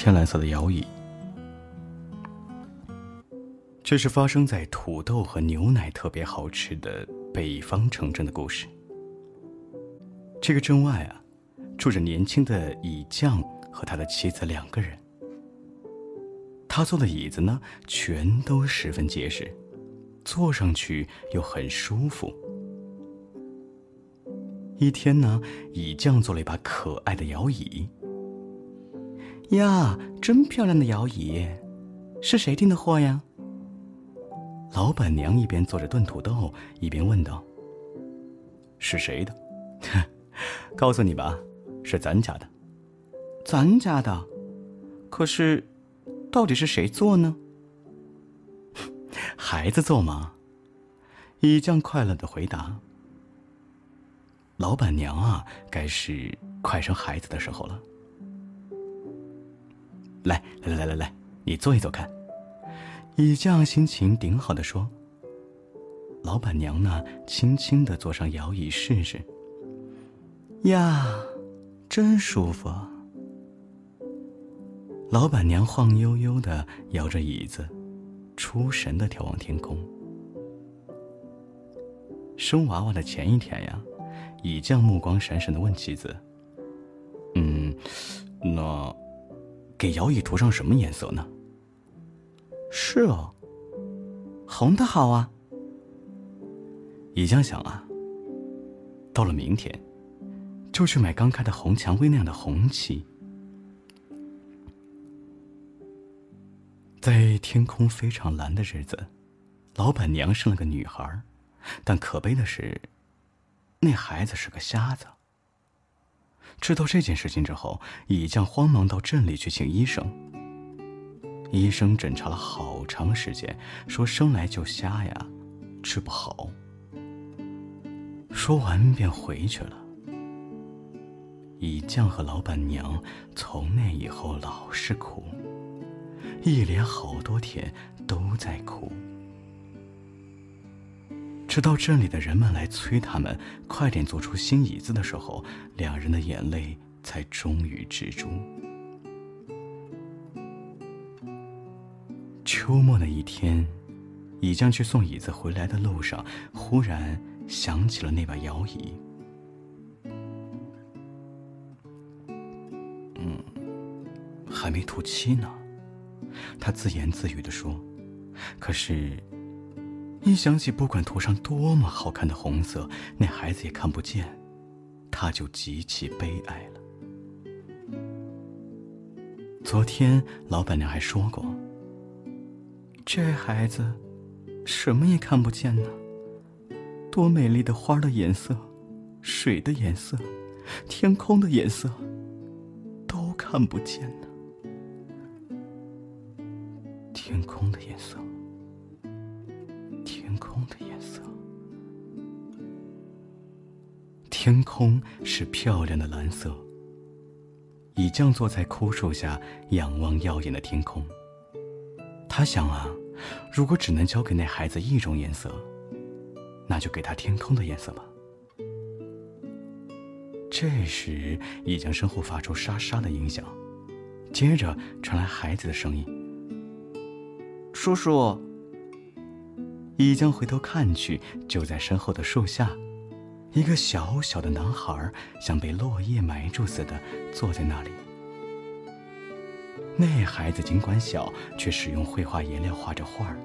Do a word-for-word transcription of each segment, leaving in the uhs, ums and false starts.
天蓝色的摇椅。这是发生在土豆和牛奶特别好吃的北方城镇的故事。这个镇外啊，住着年轻的椅匠和他的妻子两个人。他坐的椅子呢，全都十分结实，坐上去又很舒服。一天呢，椅匠做了一把可爱的摇椅。呀，真漂亮的摇椅，是谁订的货呀？老板娘一边做着炖土豆，一边问道：“是谁的？告诉你吧，是咱家的。”咱家的？可是，到底是谁做呢？孩子做吗？椅匠快乐地回答。老板娘啊，该是快生孩子的时候了。来来来来来，你坐一坐看。椅匠心情顶好地说。老板娘呢，轻轻地坐上摇椅试试。呀，真舒服。老板娘晃悠悠地摇着椅子，出神地眺望天空。生娃娃的前一天呀，椅匠目光闪闪地问妻子：“嗯，那给摇椅涂上什么颜色呢？”“是哦，红的好啊。”椅匠想啊，到了明天，就去买刚开的红蔷薇那样的红漆。在天空非常蓝的日子，老板娘生了个女孩，但可悲的是，那孩子是个瞎子。知道这件事情之后，椅匠慌忙到镇里去请医生。医生诊查了好长时间，说生来就瞎呀，治不好。说完便回去了。椅匠和老板娘从那以后老是哭，一连好多天都在哭。直到镇里的人们来催他们快点做出新椅子的时候，两人的眼泪才终于止住。秋末的一天，椅匠去送椅子回来的路上，忽然想起了那把摇椅。嗯，还没涂漆呢，他自言自语地说。可是一想起不管涂上多么好看的红色，那孩子也看不见，他就极其悲哀了。昨天老板娘还说过，这孩子什么也看不见呢，多美丽的花的颜色，水的颜色，天空的颜色，都看不见呢。天空的颜色，天空的颜色，天空是漂亮的蓝色。椅匠坐在枯树下，仰望耀眼的天空。他想啊，如果只能交给那孩子一种颜色，那就给他天空的颜色吧。这时，椅匠身后发出沙沙的音响，接着传来孩子的声音：“叔叔。”椅匠回头看去，就在身后的树下，一个小小的男孩像被落叶埋住似的坐在那里。那孩子尽管小，却使用绘画颜料画着画儿。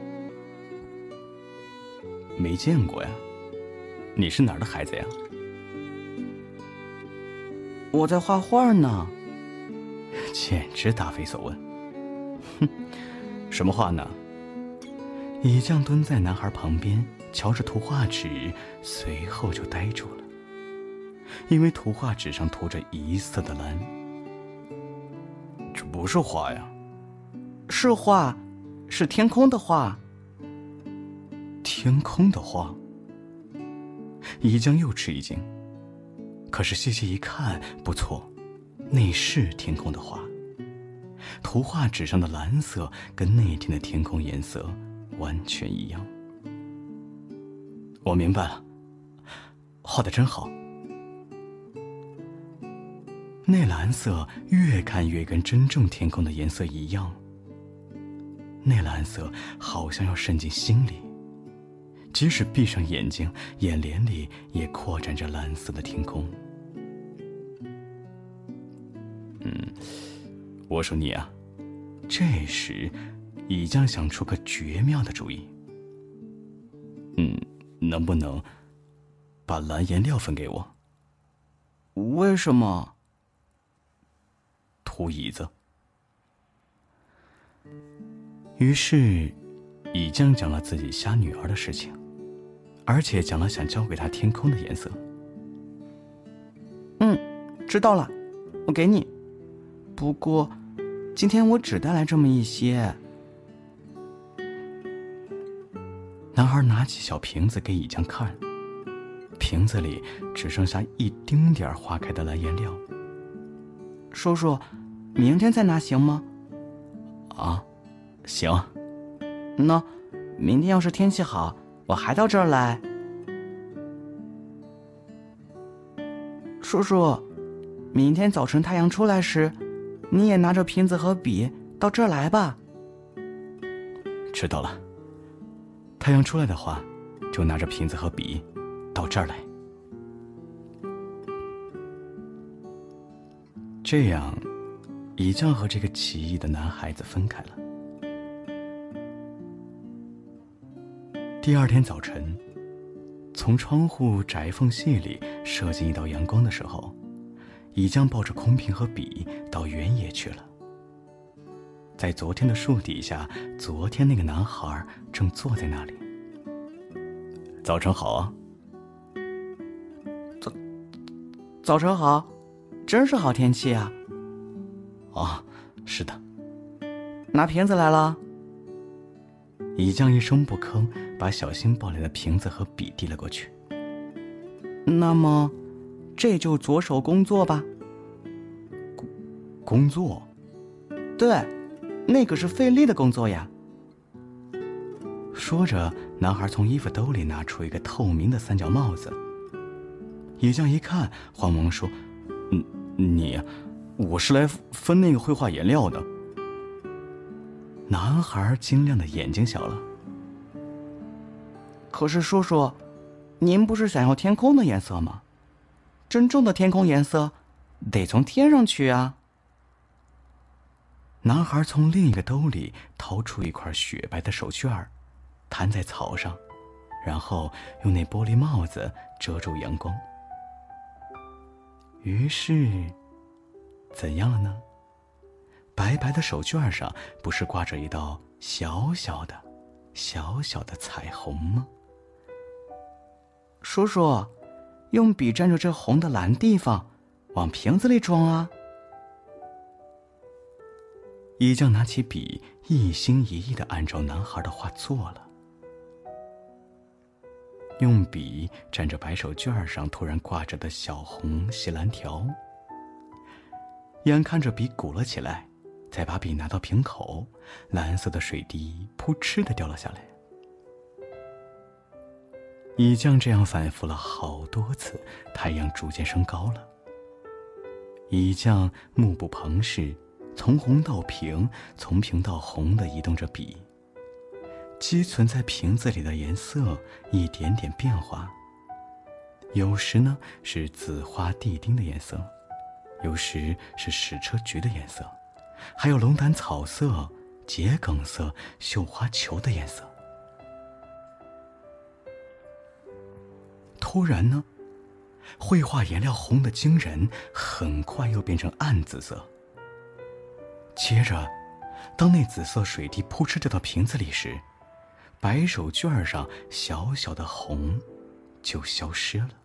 没见过呀，你是哪儿的孩子呀？我在画画呢。简直答非所问。哼，什么画呢？椅匠蹲在男孩旁边，瞧着图画纸，随后就呆住了，因为图画纸上涂着一色的蓝。这不是画呀。是画，是天空的画。天空的画？椅匠又吃一惊，可是细细一看，不错，那是天空的画。图画纸上的蓝色跟那天的天空颜色完全一样。我明白了，画得真好。 那蓝色越看越跟真正天空的颜色一样，那蓝色好像要渗进心里，即使闭上眼睛，眼帘里也扩展着蓝色的天空。嗯，我说你啊，这时乙将想出个绝妙的主意。嗯，能不能把蓝颜料分给我？ 为什么？ 图椅子。于是乙将讲了自己瞎女儿的事情，而且讲了想教给她天空的颜色。 嗯，知道了，我给你。不过今天我只带来这么一些。 男孩拿起小瓶子给乙将看，瓶子里只剩下一丁点化开的蓝颜料。 叔叔，明天再拿行吗？ 啊，行。 那明天要是天气好，我还到这儿来。叔叔，明天早晨太阳出来时，你也拿着瓶子和笔到这儿来吧。 知道了。太阳出来的话，就拿着瓶子和笔到这儿来。这样，乙将和这个奇异的男孩子分开了。第二天早晨，从窗户窄缝隙里射进一道阳光的时候，乙将抱着空瓶和笔到原野去了。在昨天的树底下，昨天那个男孩正坐在那里。早晨好啊。 早早晨好，真是好天气啊。 啊，是的。 拿瓶子来了。 乙将一声不吭，把小新抱来的瓶子和笔递了过去。 那么，这就着手工作吧。 工工作？ 对，那可是费力的工作呀。 说着，男孩从衣服兜里拿出一个透明的三角帽子。乙将一看，慌忙说：“嗯，你，我是来分那个绘画颜料的。”男孩晶亮的眼睛小了。 可是叔叔，您不是想要天空的颜色吗？真正的天空颜色得从天上取啊。 男孩从另一个兜里掏出一块雪白的手绢儿，摊在草上，然后用那玻璃帽子遮住阳光。于是，怎样了呢？白白的手绢上不是挂着一道小小的、小小的彩虹吗？ 叔叔，用笔蘸着这红的蓝地方，往瓶子里装啊。 乙将拿起笔，一心一意地按照男孩的话做了。用笔蘸着白手绢上突然挂着的小红细蓝条，眼看着笔鼓了起来，再把笔拿到瓶口，蓝色的水滴扑哧地掉了下来。乙将这样反复了好多次，太阳逐渐升高了。乙将目不旁视，从红到平，从平到红地移动着笔，积存在瓶子里的颜色一点点变化。有时呢是紫花地丁的颜色，有时是矢车菊的颜色，还有龙胆草色、桔梗色、绣花球的颜色。突然呢，绘画颜料红得惊人，很快又变成暗紫色。接着，当那紫色水滴扑哧掉到瓶子里时，白手绢上小小的红就消失了。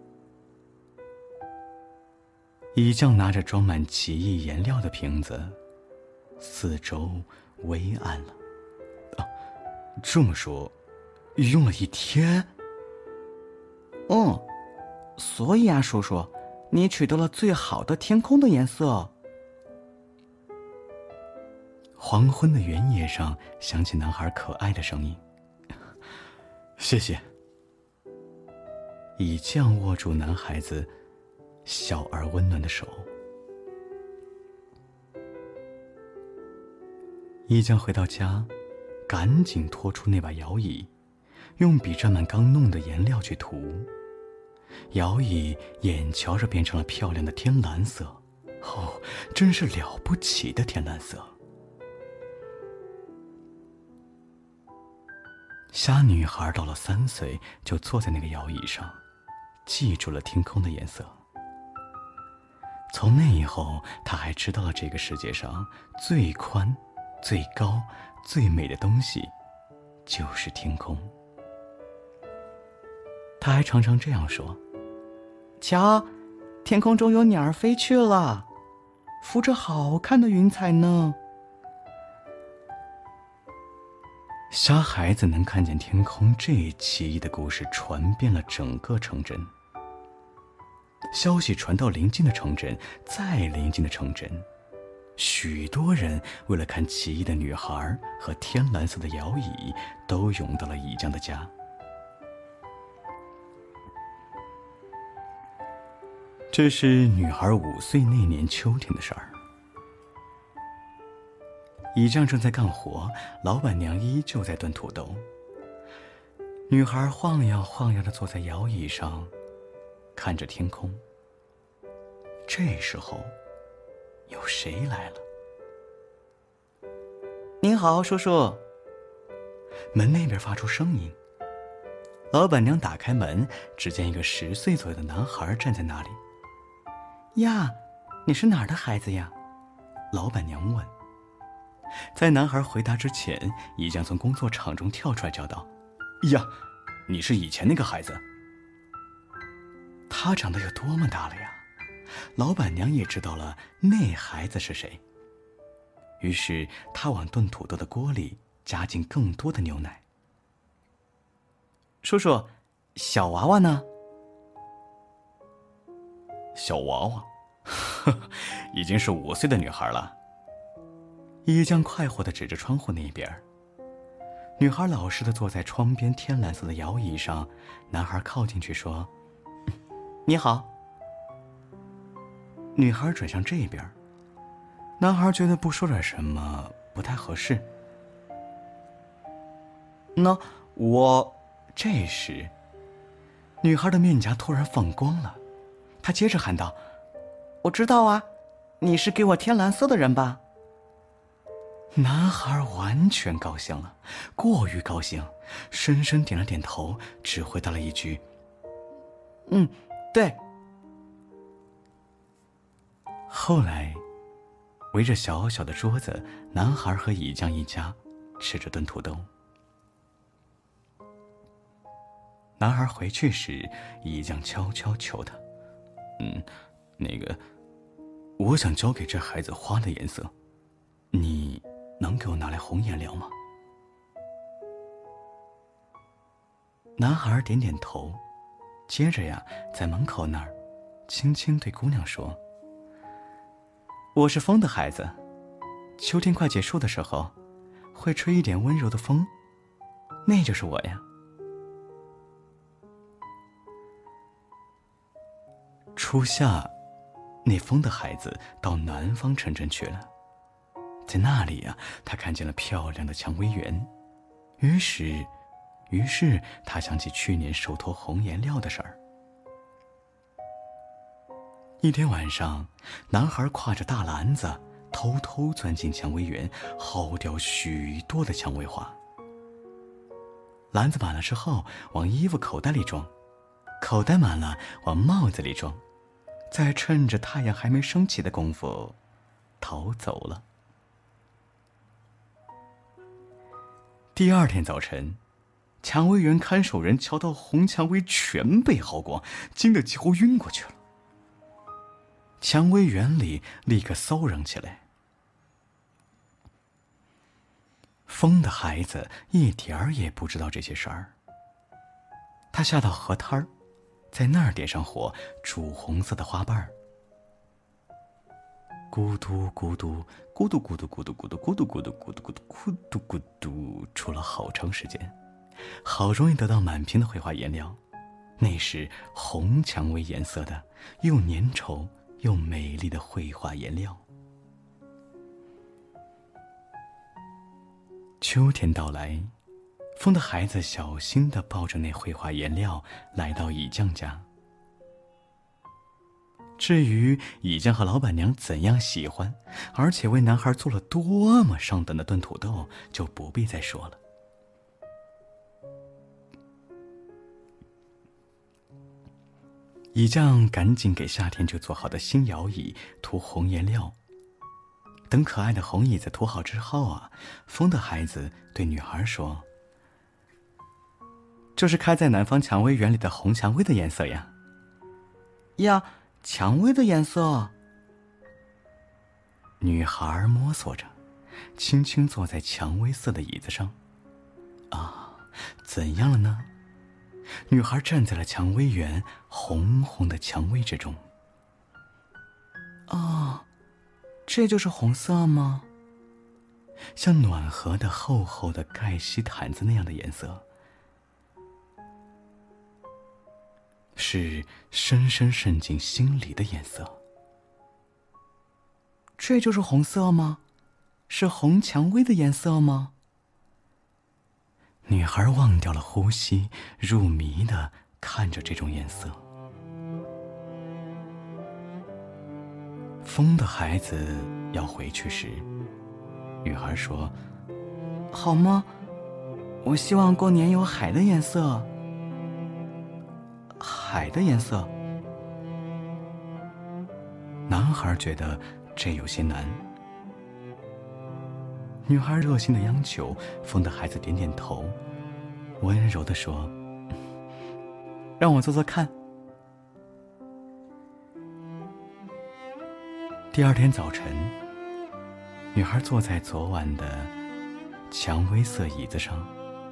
乙将拿着装满奇异颜料的瓶子，四周微暗了。啊，这么说，用了一天？ 嗯，所以啊，叔叔，你取得了最好的天空的颜色。 黄昏的原野上响起男孩可爱的声音：“谢谢。”乙将握住男孩子小而温暖的手， 一江回到家，赶紧拖出那把摇椅，用笔沾满刚弄的颜料去涂。摇椅眼瞧着变成了漂亮的天蓝色，哦，真是了不起的天蓝色。虾女孩到了三岁，就坐在那个摇椅上，记住了天空的颜色。从那以后，她还知道了这个世界上最宽、最高、最美的东西就是天空。她还常常这样说： 瞧，天空中有鸟儿飞去了，浮着好看的云彩呢。 虾孩子能看见天空这奇异的故事传遍了整个城镇，消息传到邻近的城镇，再邻近的城镇，许多人为了看奇异的女孩和天蓝色的摇椅，都涌到了乙江的家。这是女孩五岁那年秋天的事儿。乙江正在干活，老板娘依旧在炖土豆。女孩晃悠晃悠地坐在摇椅上，看着天空。这时候，有谁来了？ 您好，叔叔。 门那边发出声音。老板娘打开门，只见一个十岁左右的男孩站在那里。 呀，你是哪儿的孩子呀？ 老板娘问。在男孩回答之前，乙江从工作场中跳出来叫道：呀，你是以前那个孩子。他长得有多么大了呀？老板娘也知道了那孩子是谁。于是他往炖土豆的锅里加进更多的牛奶。 叔叔，小娃娃呢？ 小娃娃呵呵，已经是五岁的女孩了。一江快活地指着窗户那边。女孩老实地坐在窗边天蓝色的摇椅上，男孩靠进去说： 你好。 女孩转向这边，男孩觉得不说点什么不太合适。 那我…… 这时，女孩的面颊突然放光了，她接着喊道： 我知道啊，你是给我天蓝色的人吧？ 男孩完全高兴了，过于高兴，深深点了点头，只回答了一句： 嗯，对。 后来，围着小小的桌子，男孩和乙江一家吃着炖土豆。男孩回去时，乙江悄悄求他：嗯，那个，我想交给这孩子花的颜色，你能给我拿来红颜料吗？男孩点点头，接着呀，在门口那儿，轻轻对姑娘说：我是风的孩子，秋天快结束的时候，会吹一点温柔的风，那就是我呀。初夏，那风的孩子到南方城镇去了，在那里啊，他看见了漂亮的蔷薇园，于是，于是他想起去年手托红颜料的事儿。一天晚上，男孩挎着大篮子，偷偷钻进蔷薇园，薅掉许多的蔷薇花。篮子满了之后，往衣服口袋里装，口袋满了，往帽子里装，再趁着太阳还没升起的功夫，逃走了。第二天早晨，蔷薇园看守人瞧到红蔷薇全被薅光，惊得几乎晕过去了。蔷薇园里立刻骚嚷起来。风的孩子一点儿也不知道这些事儿。他下到河滩儿，在那儿点上火，煮红色的花瓣儿。咕嘟咕嘟咕嘟咕嘟咕嘟咕嘟咕嘟咕嘟咕嘟咕嘟咕嘟咕嘟，煮了好长时间，好容易得到满瓶的绘画颜料，那是红蔷薇颜色的，又粘稠又美丽的绘画颜料。 秋天到来，风的孩子小心地抱着那绘画颜料来到蚁匠家。至于蚁匠和老板娘怎样喜欢，而且为男孩做了多么上等的炖土豆，就不必再说了。蚁匠赶紧给夏天就做好的新摇椅涂红颜料。等可爱的红椅子涂好之后啊，风的孩子对女孩说：“这是开在南方蔷薇园里的红蔷薇的颜色呀。” 呀，蔷薇的颜色。 女孩摸索着，轻轻坐在蔷薇色的椅子上。啊，怎样了呢？女孩站在了蔷薇园红红的蔷薇之中。 哦，这就是红色吗？ 像暖和的厚厚的盖膝毯子那样的颜色，是深深渗进心里的颜色。 这就是红色吗？是红蔷薇的颜色吗？ 女孩忘掉了呼吸，入迷地看着这种颜色。风的孩子要回去时，女孩说：“ 好吗？我希望过年有海的颜色。”海的颜色。 男孩觉得这有些难。女孩热心的央求，风的孩子点点头，温柔地说：“ 让我做做看。” 第二天早晨，女孩坐在昨晚的蔷薇色椅子上。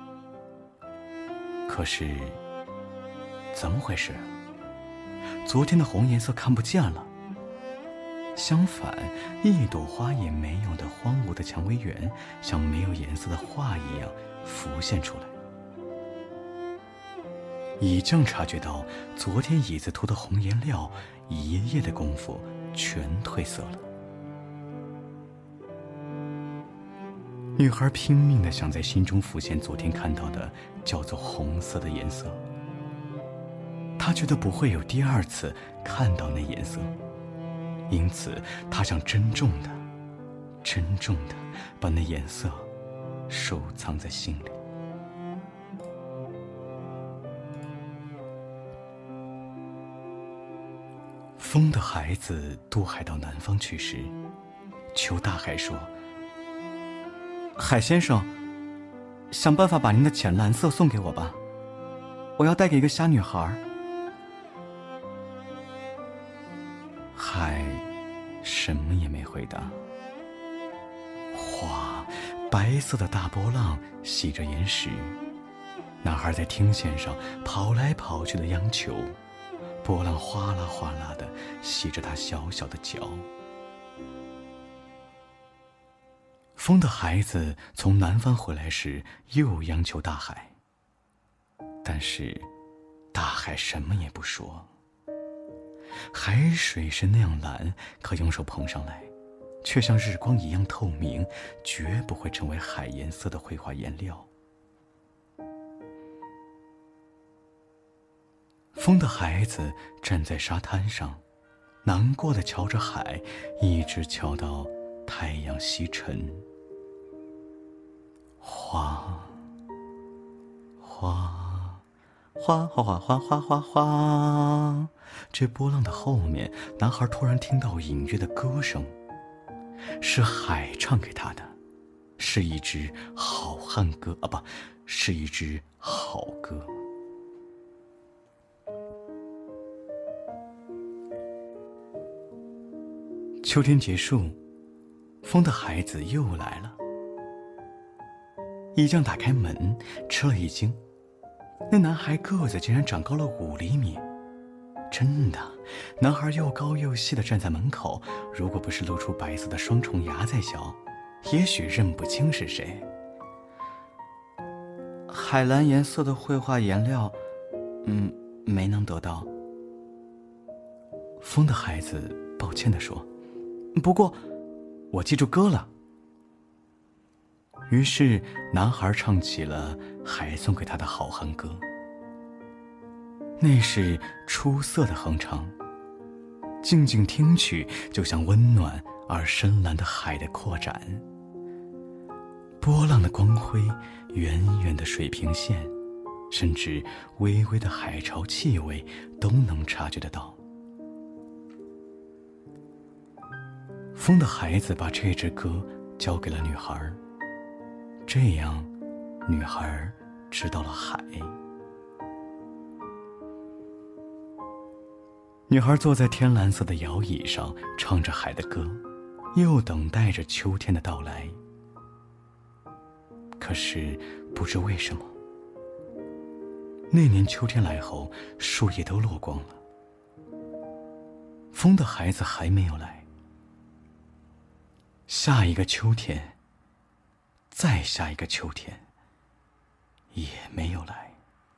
可是，怎么回事？昨天的红颜色看不见了。相反，一朵花也没有的荒芜的蔷薇园，像没有颜色的画一样浮现出来。蚁匠察觉到，昨天椅子涂的红颜料，一夜的功夫全褪色了。女孩拼命地想在心中浮现昨天看到的叫做红色的颜色。她觉得不会有第二次看到那颜色，因此她想珍重的、珍重的把那颜色收藏在心里。风的孩子渡海到南方去时，求大海说：“ 海先生，想办法把您的浅蓝色送给我吧，我要带给一个虾女孩。” 海什么也没回答。哗，白色的大波浪洗着岩石，男孩在听线上跑来跑去的央求，波浪哗啦哗啦的洗着他小小的脚。风的孩子从南方回来时又央求大海，但是大海什么也不说。海水是那样蓝，可用手捧上来，却像日光一样透明，绝不会成为海颜色的绘画颜料。风的孩子站在沙滩上，难过地瞧着海，一直瞧到太阳西沉。哗，哗。哗哗哗哗哗哗哗！这波浪的后面，男孩突然听到隐约的歌声，是海唱给他的，是一支好汉歌啊，不，是一支好歌。秋天结束，风的孩子又来了。蚁匠打开门，吃了一惊。那男孩个子竟然长高了五厘米，真的，男孩又高又细地站在门口，如果不是露出白色的双重牙在笑，也许认不清是谁。 海蓝颜色的绘画颜料，嗯，没能得到。 风的孩子抱歉地说：“不过，我记住歌了。” 于是男孩唱起了海送给他的好汉歌。那是出色的哼唱，静静听去，就像温暖而深蓝的海的扩展。波浪的光辉，远远的水平线，甚至微微的海潮气味都能察觉得到。风的孩子把这支歌交给了女孩，这样女孩知道了海。女孩坐在天蓝色的摇椅上，唱着海的歌，又等待着秋天的到来。可是不知为什么，那年秋天来后，树叶都落光了，风的孩子还没有来。下一个秋天，再下一个秋天，也没有来。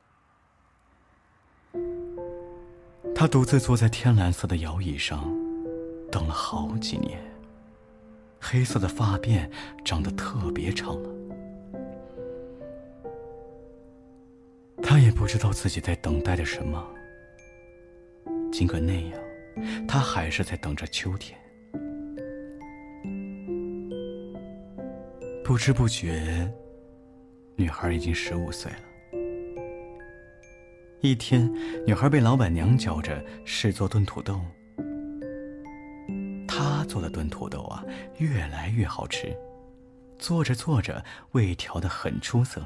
他独自坐在天蓝色的摇椅上，等了好几年。黑色的发辫长得特别长了。他也不知道自己在等待着什么，尽管那样，他还是在等着秋天。不知不觉，女孩已经十五岁了。一天，女孩被老板娘叫着试做炖土豆。她做的炖土豆啊，越来越好吃，做着做着，味调得很出色。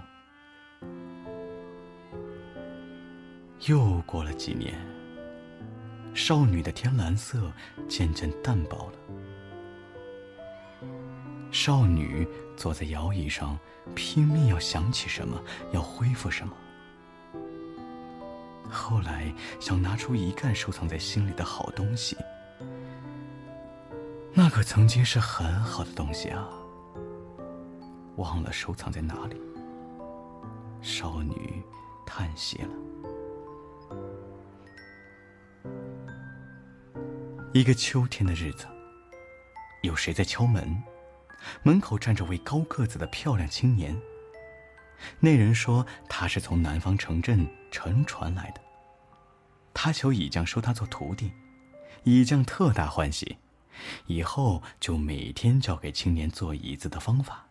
又过了几年，少女的天蓝色渐渐淡薄了。少女坐在摇椅上，拼命要想起什么，要恢复什么。后来想拿出一干收藏在心里的好东西，那可曾经是很好的东西啊，忘了收藏在哪里。少女叹息了。一个秋天的日子，有谁在敲门？门口站着位高个子的漂亮青年。那人说他是从南方城镇乘船来的，他求乙将收他做徒弟，乙将特大欢喜，以后就每天教给青年做椅子的方法。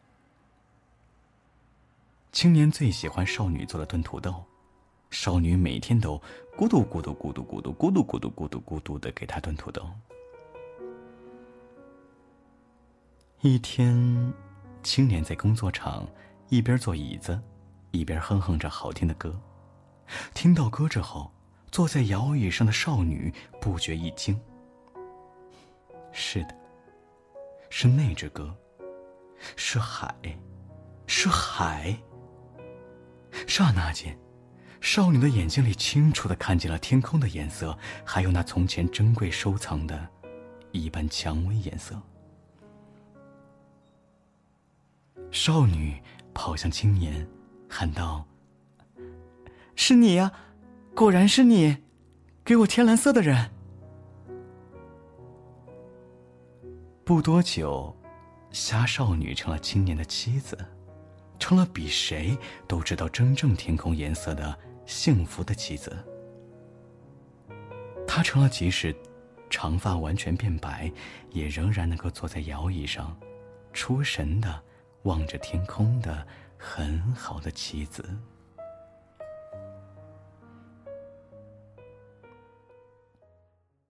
青年最喜欢少女做的炖土豆，少女每天都咕嘟咕嘟咕嘟咕嘟咕嘟咕嘟咕嘟咕嘟的给他炖土豆。一天，青年在工作场一边做椅子，一边哼哼着好听的歌。听到歌之后，坐在摇椅上的少女不觉一惊。是的，是那支歌，是海，是海。刹那间，少女的眼睛里清楚地看见了天空的颜色，还有那从前珍贵收藏的一般蔷薇颜色。少女跑向青年，喊道：“是你呀，果然是你，给我天蓝色的人。”不多久，虾少女成了青年的妻子，成了比谁都知道真正天空颜色的幸福的妻子。她成了即使长发完全变白，也仍然能够坐在摇椅上，出神地望着天空的很好的妻子。